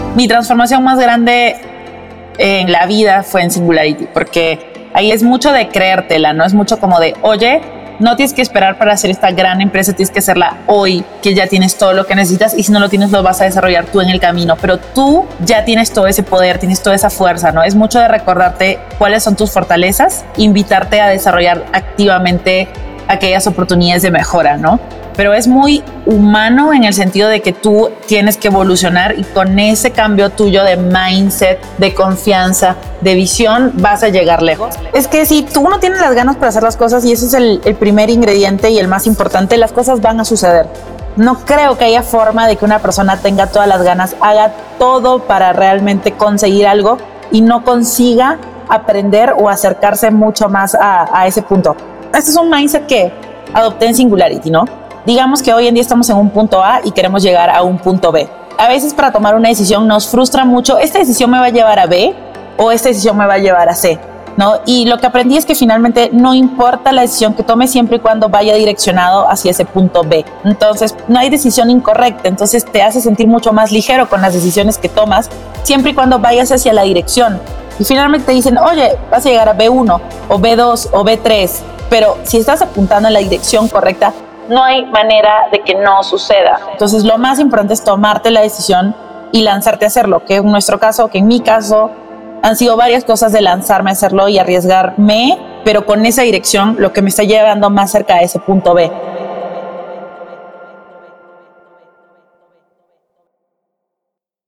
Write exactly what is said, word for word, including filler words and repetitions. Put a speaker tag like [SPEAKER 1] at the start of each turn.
[SPEAKER 1] Mi transformación más grande en la vida fue en Singularity, porque ahí es mucho de creértela, ¿no? Es mucho como de, oye, no tienes que esperar para hacer esta gran empresa, tienes que hacerla hoy, que ya tienes todo lo que necesitas, y si no lo tienes lo vas a desarrollar tú en el camino, pero tú ya tienes todo ese poder, tienes toda esa fuerza, ¿no? Es mucho de recordarte cuáles son tus fortalezas, invitarte a desarrollar activamente aquellas oportunidades de mejora, ¿no? Pero es muy humano en el sentido de que tú tienes que evolucionar, y con ese cambio tuyo de mindset, de confianza, de visión, vas a llegar lejos. Es que si tú no tienes las ganas para hacer las cosas, y ese es el, el primer ingrediente y el más importante, las cosas van a suceder. No creo que haya forma de que una persona tenga todas las ganas, haga todo para realmente conseguir algo y no consiga aprender o acercarse mucho más a, a ese punto. Este es un mindset que adopté en Singularity, ¿no? Digamos que hoy en día estamos en un punto A y queremos llegar a un punto B. A veces para tomar una decisión nos frustra mucho, ¿esta decisión me va a llevar a B o esta decisión me va a llevar a C? ¿No? Y lo que aprendí es que finalmente no importa la decisión que tome siempre y cuando vaya direccionado hacia ese punto B. Entonces no hay decisión incorrecta, entonces te hace sentir mucho más ligero con las decisiones que tomas siempre y cuando vayas hacia la dirección. Y finalmente te dicen, oye, vas a llegar a B uno o B dos o B tres, pero si estás apuntando en la dirección correcta, no hay manera de que no suceda. Entonces lo más importante es tomarte la decisión y lanzarte a hacerlo, que en nuestro caso, que en mi caso, han sido varias cosas de lanzarme a hacerlo y arriesgarme, pero con esa dirección, lo que me está llevando más cerca de ese punto B.